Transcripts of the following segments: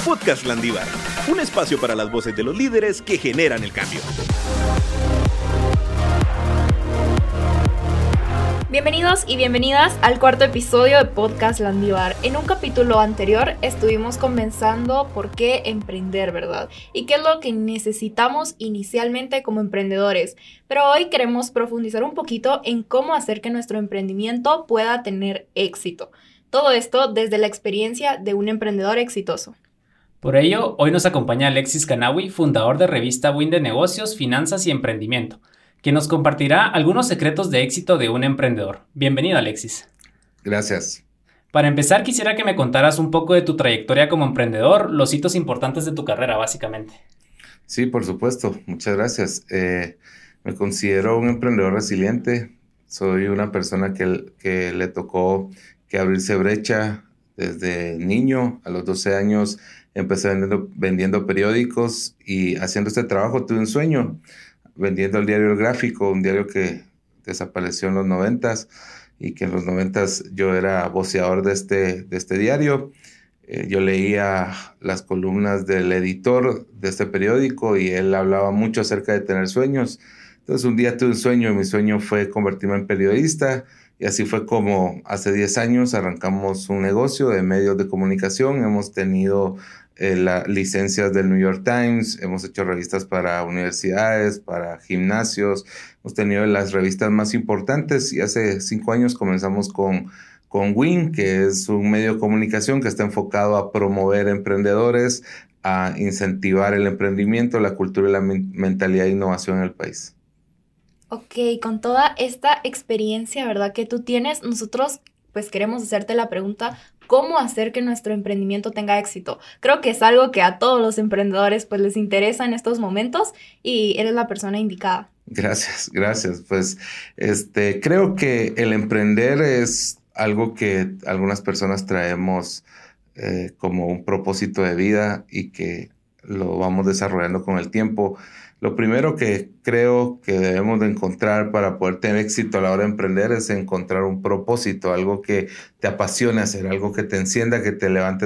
Podcast Landívar, un espacio para las voces de los líderes que generan el cambio. Bienvenidos y bienvenidas al cuarto episodio de Podcast Landívar. En un capítulo anterior estuvimos conversando por qué emprender, ¿verdad? Y qué es lo que necesitamos inicialmente como emprendedores. Pero hoy queremos profundizar un poquito en cómo hacer que nuestro emprendimiento pueda tener éxito. Todo esto desde la experiencia de un emprendedor exitoso. Por ello, hoy nos acompaña Alexis Canawi, fundador de revista Win de Negocios, Finanzas y Emprendimiento, quien nos compartirá algunos secretos de éxito de un emprendedor. Bienvenido, Alexis. Gracias. Para empezar, quisiera que me contaras un poco de tu trayectoria como emprendedor, los hitos importantes de tu carrera, básicamente. Sí, por supuesto. Muchas gracias. Me considero un emprendedor resiliente. Soy una persona que le tocó que abrirse brecha desde niño. A los 12 años empecé vendiendo periódicos y haciendo este trabajo tuve un sueño. Vendiendo el diario El Gráfico, un diario que desapareció en los 90s y que en los 90s yo era voceador de este diario. Yo leía las columnas del editor de este periódico y él hablaba mucho acerca de tener sueños. Entonces un día tuve un sueño y mi sueño fue convertirme en periodista y así fue como hace 10 años arrancamos un negocio de medios de comunicación. Hemos tenido las licencias del New York Times, hemos hecho revistas para universidades, para gimnasios, hemos tenido las revistas más importantes y hace 5 años comenzamos con Win, que es un medio de comunicación que está enfocado a promover emprendedores, a incentivar el emprendimiento, la cultura y la mentalidad de innovación en el país. Ok, con toda esta experiencia, ¿verdad?, que tú tienes, nosotros pues queremos hacerte la pregunta, ¿cómo hacer que nuestro emprendimiento tenga éxito? Creo que es algo que a todos los emprendedores pues les interesa en estos momentos y eres la persona indicada. Gracias. Pues creo que el emprender es algo que algunas personas traemos como un propósito de vida y que lo vamos desarrollando con el tiempo. Lo primero que creo que debemos de encontrar para poder tener éxito a la hora de emprender es encontrar un propósito, algo que te apasione hacer, algo que te encienda, que te levante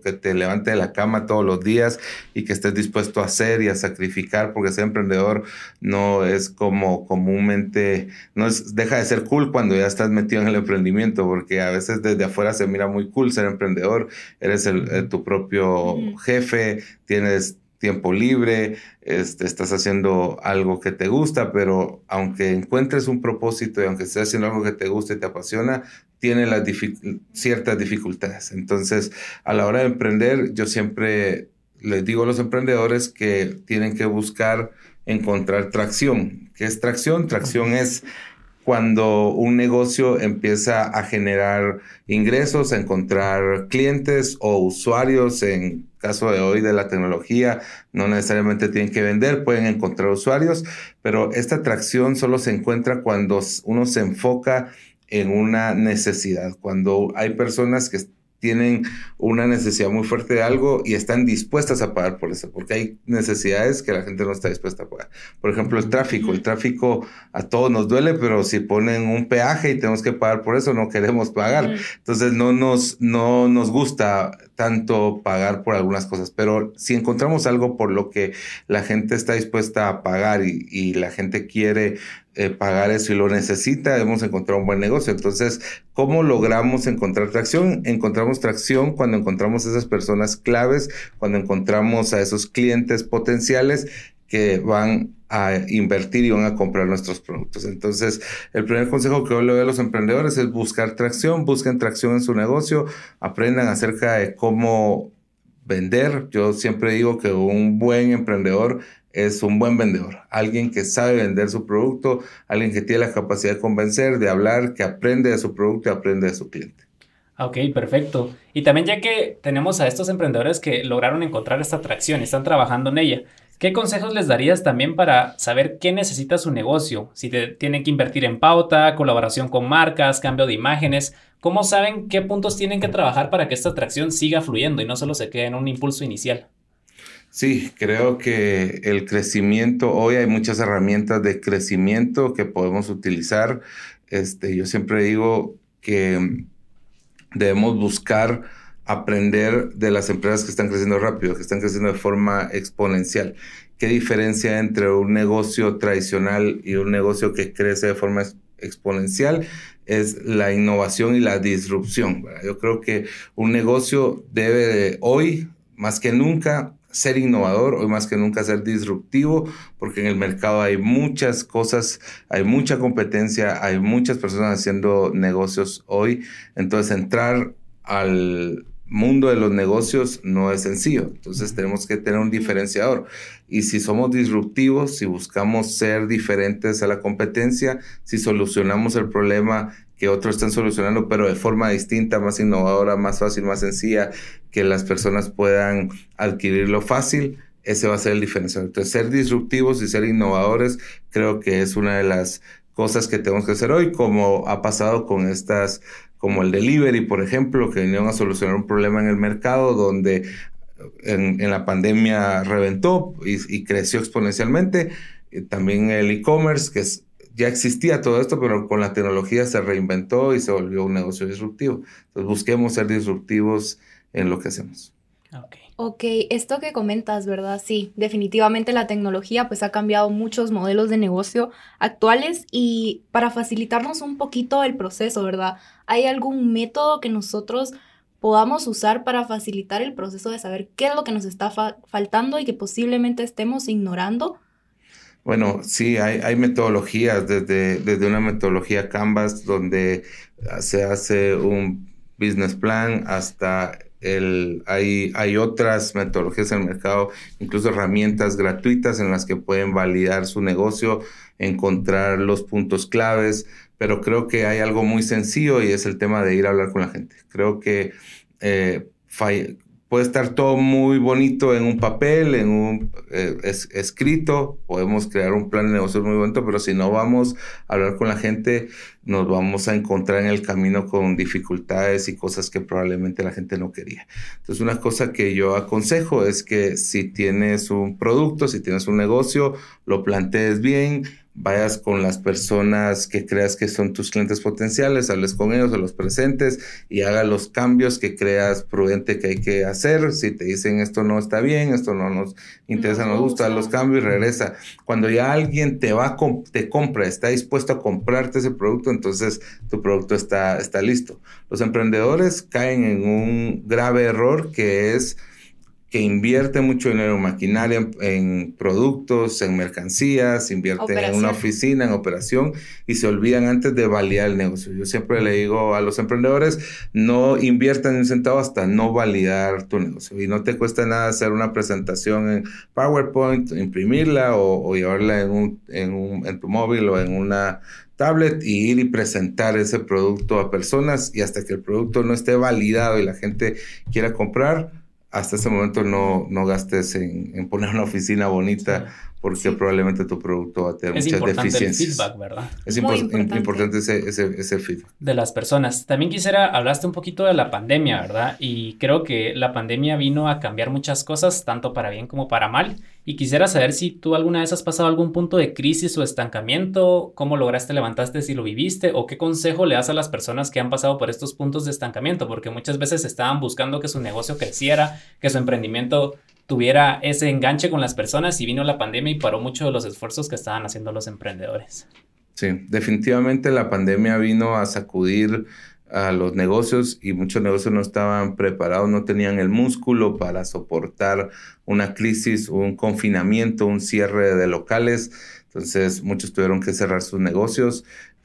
de la cama todos los días y que estés dispuesto a hacer y a sacrificar, porque ser emprendedor no es como comúnmente, deja de ser cool cuando ya estás metido en el emprendimiento, porque a veces desde afuera se mira muy cool ser emprendedor, eres tu propio jefe, tienes tiempo libre, estás haciendo algo que te gusta, pero aunque encuentres un propósito y aunque estés haciendo algo que te gusta y te apasiona, tiene ciertas dificultades. Entonces, a la hora de emprender, yo siempre les digo a los emprendedores que tienen que buscar encontrar tracción. ¿Qué es tracción? Tracción es cuando un negocio empieza a generar ingresos, a encontrar clientes o usuarios. En caso de hoy de la tecnología, no necesariamente tienen que vender, pueden encontrar usuarios, pero esta atracción solo se encuentra cuando uno se enfoca en una necesidad, cuando hay personas que tienen una necesidad muy fuerte de algo y están dispuestas a pagar por eso, porque hay necesidades que la gente no está dispuesta a pagar. Por ejemplo, el tráfico a todos nos duele, pero si ponen un peaje y tenemos que pagar por eso, no queremos pagar. Entonces no nos gusta tanto pagar por algunas cosas, pero si encontramos algo por lo que la gente está dispuesta a pagar y la gente quiere pagar eso y lo necesita, hemos encontrado un buen negocio. Entonces, ¿cómo logramos encontrar tracción? Encontramos tracción cuando encontramos esas personas claves, cuando encontramos a esos clientes potenciales que van a invertir y van a comprar nuestros productos. Entonces, el primer consejo que yo le doy a los emprendedores es buscar tracción, busquen tracción en su negocio, aprendan acerca de cómo vender. Yo siempre digo que un buen emprendedor es un buen vendedor, alguien que sabe vender su producto, alguien que tiene la capacidad de convencer, de hablar, que aprende de su producto y aprende de su cliente. Ok, perfecto. Y también ya que tenemos a estos emprendedores que lograron encontrar esta atracción y están trabajando en ella, ¿qué consejos les darías también para saber qué necesita su negocio? Si tienen que invertir en pauta, colaboración con marcas, cambio de imágenes, ¿cómo saben qué puntos tienen que trabajar para que esta atracción siga fluyendo y no solo se quede en un impulso inicial? Sí, creo que el crecimiento, hoy hay muchas herramientas de crecimiento que podemos utilizar. Yo siempre digo que debemos buscar aprender de las empresas que están creciendo rápido, que están creciendo de forma exponencial. ¿Qué diferencia entre un negocio tradicional y un negocio que crece de forma exponencial? Es la innovación y la disrupción, ¿verdad? Yo creo que un negocio debe de hoy, más que nunca, ser innovador, hoy más que nunca ser disruptivo, porque en el mercado hay muchas cosas, hay mucha competencia, hay muchas personas haciendo negocios hoy. Entonces, entrar al mundo de los negocios no es sencillo. Entonces, tenemos que tener un diferenciador. Y si somos disruptivos, si buscamos ser diferentes a la competencia, si solucionamos el problema que otros están solucionando, pero de forma distinta, más innovadora, más fácil, más sencilla, que las personas puedan adquirirlo fácil, ese va a ser el diferenciador. Entonces, ser disruptivos y ser innovadores creo que es una de las cosas que tenemos que hacer hoy, como ha pasado con estas, como el delivery, por ejemplo, que vinieron a solucionar un problema en el mercado donde en la pandemia reventó y creció exponencialmente. También el e-commerce, que ya existía todo esto, pero con la tecnología se reinventó y se volvió un negocio disruptivo. Entonces, busquemos ser disruptivos en lo que hacemos. Ok, esto que comentas, ¿verdad? Sí, definitivamente la tecnología pues ha cambiado muchos modelos de negocio actuales y para facilitarnos un poquito el proceso, ¿verdad? ¿Hay algún método que nosotros podamos usar para facilitar el proceso de saber qué es lo que nos está faltando y que posiblemente estemos ignorando? Bueno, sí, hay metodologías, desde una metodología Canvas, donde se hace un business plan, hasta hay otras metodologías en el mercado, incluso herramientas gratuitas en las que pueden validar su negocio, encontrar los puntos claves, pero creo que hay algo muy sencillo y es el tema de ir a hablar con la gente. Creo que puede estar todo muy bonito en un papel, en un escrito, podemos crear un plan de negocios muy bonito, pero si no vamos a hablar con la gente, nos vamos a encontrar en el camino con dificultades y cosas que probablemente la gente no quería. Entonces, una cosa que yo aconsejo es que si tienes un producto, si tienes un negocio, lo plantees bien, vayas con las personas que creas que son tus clientes potenciales, hables con ellos, o los presentes y hagas los cambios que creas prudente que hay que hacer. Si te dicen esto no está bien, esto no nos interesa, no nos gusta, haz los cambios y regresa. Cuando ya alguien te compra, está dispuesto a comprarte ese producto, entonces tu producto está listo. Los emprendedores caen en un grave error que es que invierte mucho dinero en maquinaria, en productos, en mercancías, invierten en una oficina, en operación, y se olvidan antes de validar el negocio. Yo siempre le digo a los emprendedores, no inviertan un centavo hasta no validar tu negocio. Y no te cuesta nada hacer una presentación en PowerPoint, imprimirla o llevarla en tu móvil o en una tablet y ir y presentar ese producto a personas, y hasta que el producto no esté validado y la gente quiera comprar, hasta ese momento no gastes en poner una oficina bonita, porque probablemente tu producto va a tener muchas deficiencias. El feedback, ¿verdad? Es importante ese feedback. De las personas. También hablaste un poquito de la pandemia, ¿verdad? Y creo que la pandemia vino a cambiar muchas cosas, tanto para bien como para mal. Y quisiera saber si tú alguna vez has pasado algún punto de crisis o estancamiento, cómo lograste levantarte si lo viviste, o qué consejo le das a las personas que han pasado por estos puntos de estancamiento, porque muchas veces estaban buscando que su negocio creciera, que su emprendimiento tuviera ese enganche con las personas, y vino la pandemia y paró mucho de los esfuerzos que estaban haciendo los emprendedores. Sí, definitivamente la pandemia vino a sacudir a los negocios, y muchos negocios no estaban preparados, no tenían el músculo para soportar una crisis, un confinamiento, un cierre de locales. Entonces muchos tuvieron que cerrar sus negocios.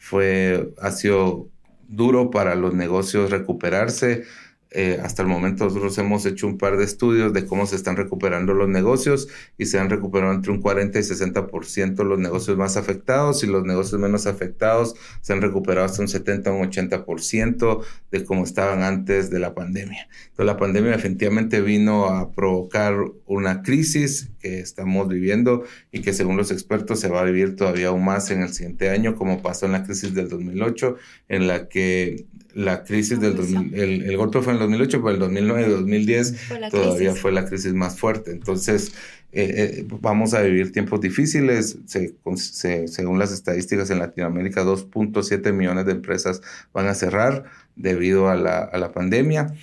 Ha sido duro para los negocios recuperarse. Hasta el momento nosotros hemos hecho un par de estudios de cómo se están recuperando los negocios, y se han recuperado entre un 40 y 60% los negocios más afectados, y los negocios menos afectados se han recuperado hasta un 70 o un 80% de cómo estaban antes de la pandemia. Entonces la pandemia definitivamente vino a provocar una crisis que estamos viviendo, y que según los expertos se va a vivir todavía aún más en el siguiente año, como pasó en la crisis del 2008, en la que la crisis del 2000, el golpe fue en el 2008, pero el 2009 y 2010 todavía fue la crisis más fuerte. Entonces, vamos a vivir tiempos difíciles. Según las estadísticas en Latinoamérica, 2.7 millones de empresas van a cerrar debido a la pandemia.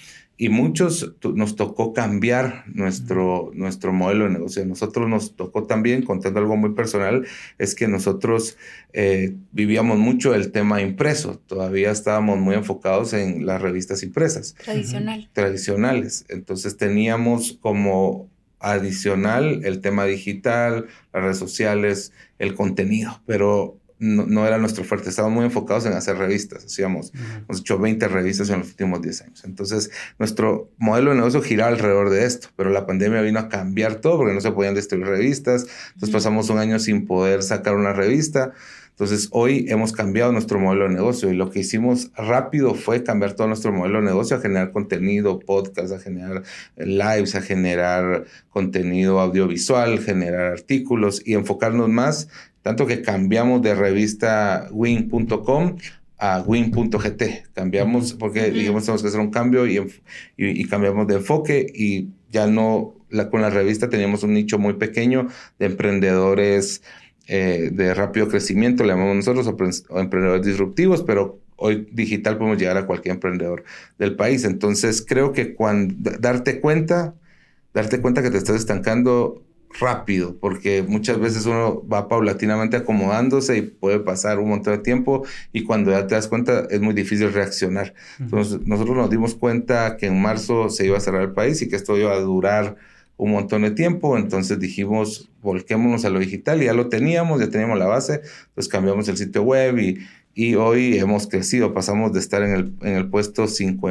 Y muchos nos tocó cambiar nuestro modelo de negocio. A nosotros nos tocó también, contando algo muy personal, es que nosotros vivíamos mucho el tema impreso. Todavía estábamos muy enfocados en las revistas impresas. Tradicionales. Entonces teníamos como adicional el tema digital, las redes sociales, el contenido, pero no era nuestro fuerte. Estábamos muy enfocados en hacer revistas. Hemos hecho 20 revistas en los últimos 10 años. Entonces, nuestro modelo de negocio giraba alrededor de esto, pero la pandemia vino a cambiar todo porque no se podían distribuir revistas. Entonces, pasamos un año sin poder sacar una revista. Entonces, hoy hemos cambiado nuestro modelo de negocio y lo que hicimos rápido fue cambiar todo nuestro modelo de negocio a generar contenido, podcast, a generar lives, a generar contenido audiovisual, generar artículos y enfocarnos más. Tanto que cambiamos de revista win.com a win.gt. Cambiamos porque dijimos tenemos que hacer un cambio y cambiamos de enfoque y ya no, con la revista teníamos un nicho muy pequeño de emprendedores de rápido crecimiento, le llamamos nosotros, o emprendedores disruptivos, pero hoy digital podemos llegar a cualquier emprendedor del país. Entonces creo que darte cuenta que te estás estancando rápido, porque muchas veces uno va paulatinamente acomodándose y puede pasar un montón de tiempo y cuando ya te das cuenta es muy difícil reaccionar. Entonces nosotros nos dimos cuenta que en marzo se iba a cerrar el país y que esto iba a durar un montón de tiempo, entonces dijimos volquémonos a lo digital y ya lo teníamos, ya teníamos la base, pues cambiamos el sitio web y hoy hemos crecido, pasamos de estar en el puesto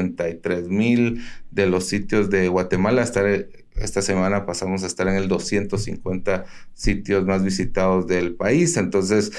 53,000 de los sitios de Guatemala a estar esta semana pasamos a estar en el 250 sitios más visitados del país. Entonces,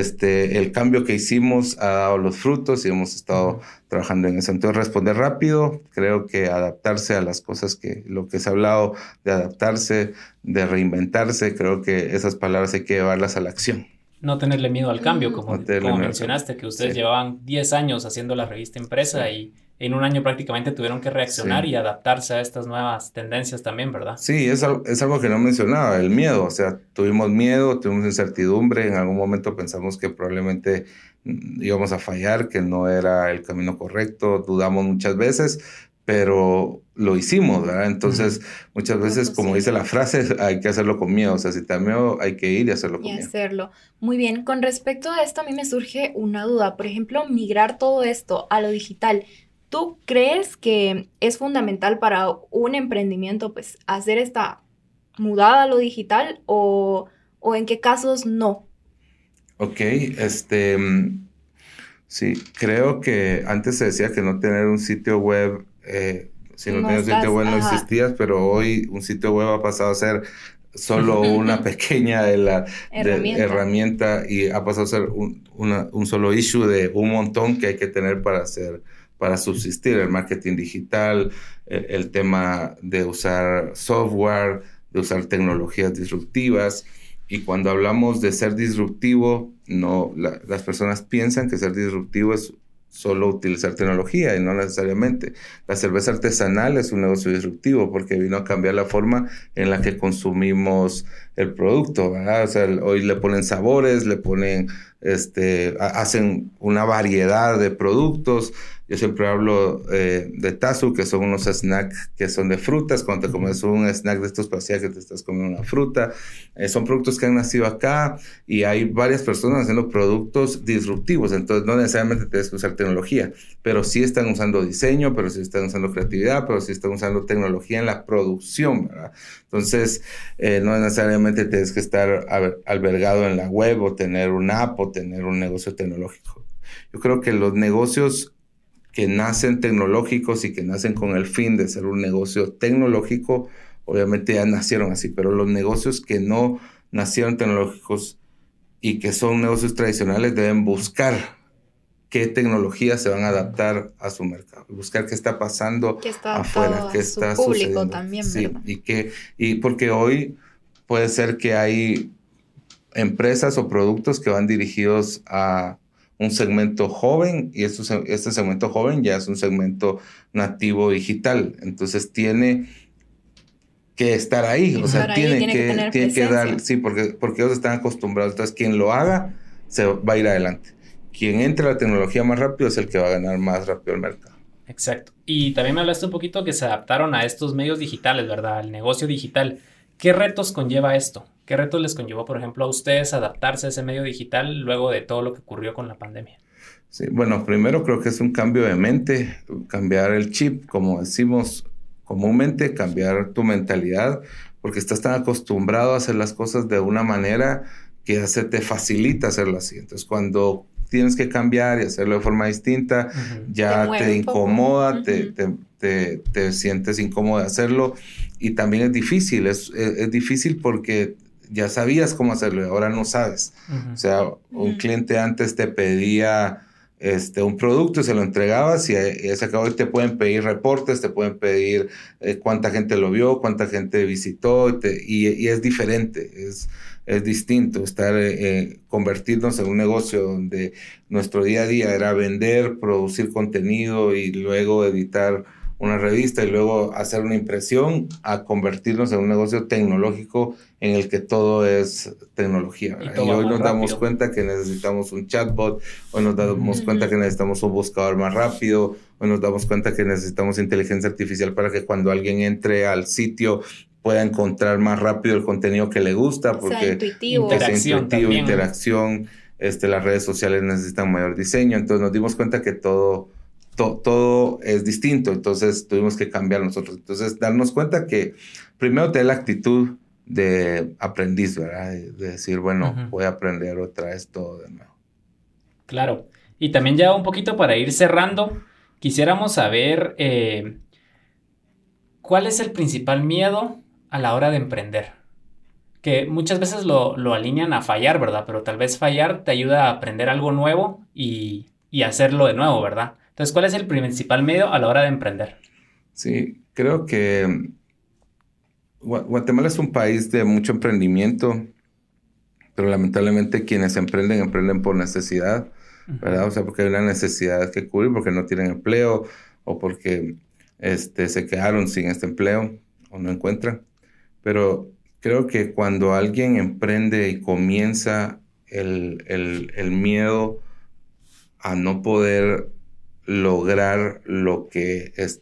el cambio que hicimos ha dado los frutos y hemos estado trabajando en eso. Entonces, responder rápido, creo que adaptarse a las cosas lo que se ha hablado de adaptarse, de reinventarse, creo que esas palabras hay que llevarlas a la acción. No tenerle miedo al cambio, como mencionaste, que ustedes llevaban 10 años haciendo la revista impresa y en un año prácticamente tuvieron que reaccionar y adaptarse a estas nuevas tendencias también, ¿verdad? Sí, es algo que no mencionaba, el miedo. O sea, tuvimos miedo, tuvimos incertidumbre, en algún momento pensamos que probablemente íbamos a fallar, que no era el camino correcto, dudamos muchas veces, pero lo hicimos, ¿verdad? Entonces, muchas veces, como dice la frase, hay que hacerlo con miedo. O sea, si te da miedo, hay que ir y hacerlo con miedo. Hacerlo. Muy bien. Con respecto a esto, a mí me surge una duda. Por ejemplo, migrar todo esto a lo digital. ¿Tú crees que es fundamental para un emprendimiento, pues, hacer esta mudada a lo digital o en qué casos no? Ok, sí, creo que antes se decía que no tener un sitio web, si no tenías un sitio web no existías, pero hoy un sitio web ha pasado a ser solo una pequeña herramienta y ha pasado a ser un solo issue de un montón que hay que tener para subsistir, el marketing digital, el tema de usar software, de usar tecnologías disruptivas. Y cuando hablamos de ser disruptivo, las personas piensan que ser disruptivo es solo utilizar tecnología y no necesariamente. La cerveza artesanal es un negocio disruptivo porque vino a cambiar la forma en la que consumimos el producto, ¿verdad? O sea, hoy le ponen sabores, le ponen, hacen una variedad de productos. Yo siempre hablo de Tazu, que son unos snacks que son de frutas. Cuando te comes un snack de estos, parecía que te estás comiendo una fruta. Son productos que han nacido acá y hay varias personas haciendo productos disruptivos. Entonces, no necesariamente tienes que usar tecnología, pero sí están usando diseño, pero sí están usando creatividad, pero sí están usando tecnología en la producción, ¿verdad? Entonces, no necesariamente tienes que estar albergado en la web o tener una app o tener un negocio tecnológico. Yo creo que los negocios que nacen tecnológicos y que nacen con el fin de ser un negocio tecnológico, obviamente ya nacieron así, pero los negocios que no nacieron tecnológicos y que son negocios tradicionales deben buscar qué tecnologías se van a adaptar a su mercado, buscar qué está pasando afuera, qué está sucediendo. También, sí, ¿verdad? Y porque hoy puede ser que hay empresas o productos que van dirigidos a un segmento joven y este segmento joven ya es un segmento nativo digital. Entonces tiene que estar ahí, o sea, tiene que dar, sí, porque ellos están acostumbrados. Entonces quien lo haga se va a ir adelante. Quien entre a la tecnología más rápido es el que va a ganar más rápido el mercado. Exacto. Y también me hablaste un poquito que se adaptaron a estos medios digitales, ¿verdad? Al negocio digital. ¿Qué retos conlleva esto? ¿Qué retos les conllevó, por ejemplo, a ustedes adaptarse a ese medio digital luego de todo lo que ocurrió con la pandemia? Sí, bueno, primero creo que es un cambio de mente, cambiar el chip, como decimos comúnmente, cambiar tu mentalidad, porque estás tan acostumbrado a hacer las cosas de una manera que ya se te facilita hacerlo así. Entonces, cuando tienes que cambiar y hacerlo de forma distinta, ya te incomoda, te sientes incómodo de hacerlo, y también es difícil, es difícil porque ya sabías cómo hacerlo y ahora no sabes. O sea, un cliente antes te pedía un producto y se lo entregabas y se acabó, y te pueden pedir reportes, te pueden pedir cuánta gente lo vio, cuánta gente visitó, y es diferente, es distinto convertirnos en un negocio donde nuestro día a día era vender, producir contenido y luego editar una revista y luego hacer una impresión, a convertirnos en un negocio tecnológico en el que todo es tecnología. Y hoy nos damos cuenta que necesitamos un chatbot, hoy nos damos cuenta que necesitamos un buscador más rápido, hoy nos damos cuenta que necesitamos inteligencia artificial para que cuando alguien entre al sitio pueda encontrar más rápido el contenido que le gusta, porque sea intuitivo. Interacción, las redes sociales necesitan mayor diseño. Entonces nos dimos cuenta que todo es distinto, entonces tuvimos que cambiar nosotros. Entonces, darnos cuenta que primero tener la actitud de aprendiz, ¿verdad? De decir, bueno, voy a aprender otra vez todo de nuevo. Claro. Y también ya un poquito para ir cerrando, quisiéramos saber ¿cuál es el principal miedo a la hora de emprender? Que muchas veces lo alinean a fallar, ¿verdad? Pero tal vez fallar te ayuda a aprender algo nuevo y hacerlo de nuevo, ¿verdad? Entonces, ¿cuál es el principal miedo a la hora de emprender? Sí, creo que Guatemala es un país de mucho emprendimiento, pero lamentablemente quienes emprenden por necesidad, ¿verdad? O sea, porque hay una necesidad que cubrir, porque no tienen empleo o porque se quedaron sin este empleo o no encuentran. Pero creo que cuando alguien emprende y comienza el miedo a no poder lograr lo que se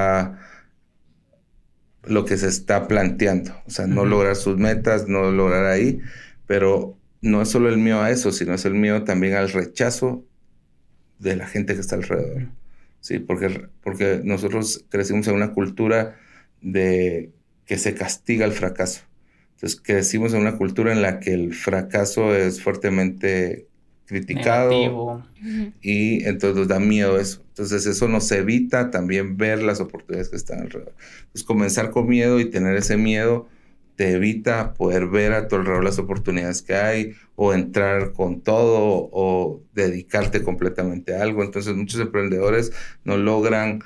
está planteando, o sea, no lograr sus metas, no lograr ahí, pero no es solo el miedo a eso, sino es el miedo también al rechazo de la gente que está alrededor. Sí, porque nosotros crecimos en una cultura de que se castiga el fracaso. Entonces crecimos en una cultura en la que el fracaso es fuertemente criticado. Negativo. Y entonces nos da miedo eso. Entonces eso nos evita también ver las oportunidades que están alrededor. Entonces comenzar con miedo y tener ese miedo te evita poder ver a tu alrededor las oportunidades que hay, o entrar con todo, o dedicarte completamente a algo. Entonces muchos emprendedores no logran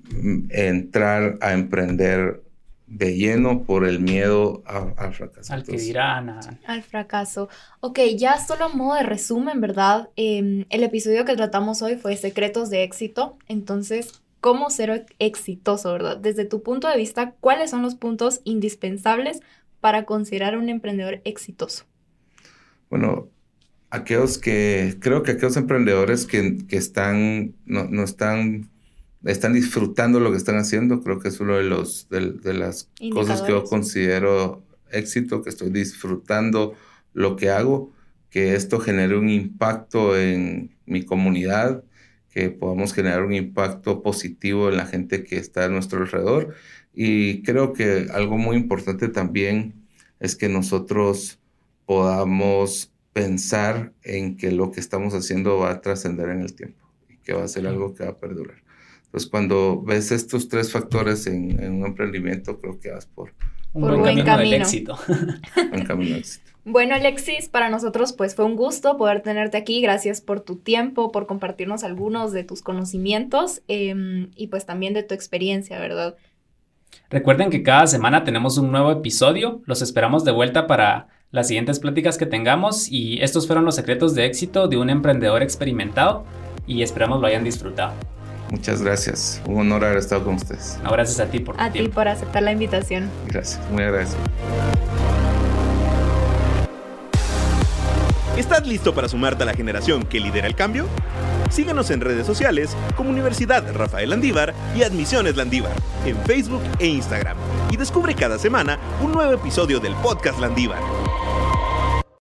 entrar a emprender de lleno por el miedo al fracaso. Al que dirán. Al fracaso. Ok, ya solo a modo de resumen, ¿verdad? El episodio que tratamos hoy fue secretos de éxito. Entonces, ¿cómo ser exitoso, verdad? Desde tu punto de vista, ¿cuáles son los puntos indispensables para considerar un emprendedor exitoso? Bueno, creo que aquellos emprendedores que están disfrutando lo que están haciendo, creo que es uno de las cosas que yo considero éxito, que estoy disfrutando lo que hago, que esto genere un impacto en mi comunidad, que podamos generar un impacto positivo en la gente que está a nuestro alrededor. Y creo que algo muy importante también es que nosotros podamos pensar en que lo que estamos haciendo va a trascender en el tiempo y que va a ser algo que va a perdurar. Entonces, cuando ves estos tres factores en un emprendimiento, creo que vas por un buen camino del éxito. Un camino del éxito. Bueno, Alexis, para nosotros pues fue un gusto poder tenerte aquí. Gracias por tu tiempo, por compartirnos algunos de tus conocimientos y pues también de tu experiencia, ¿verdad? Recuerden que cada semana tenemos un nuevo episodio. Los esperamos de vuelta para las siguientes pláticas que tengamos, y estos fueron los secretos de éxito de un emprendedor experimentado y esperamos lo hayan disfrutado. Muchas gracias. Un honor haber estado con ustedes. No, gracias a ti por tu tiempo. A ti por aceptar la invitación. Gracias, muy agradecido. ¿Estás listo para sumarte a la generación que lidera el cambio? Síguenos en redes sociales como Universidad Rafael Landívar y Admisiones Landívar, en Facebook e Instagram. Y descubre cada semana un nuevo episodio del Podcast Landívar.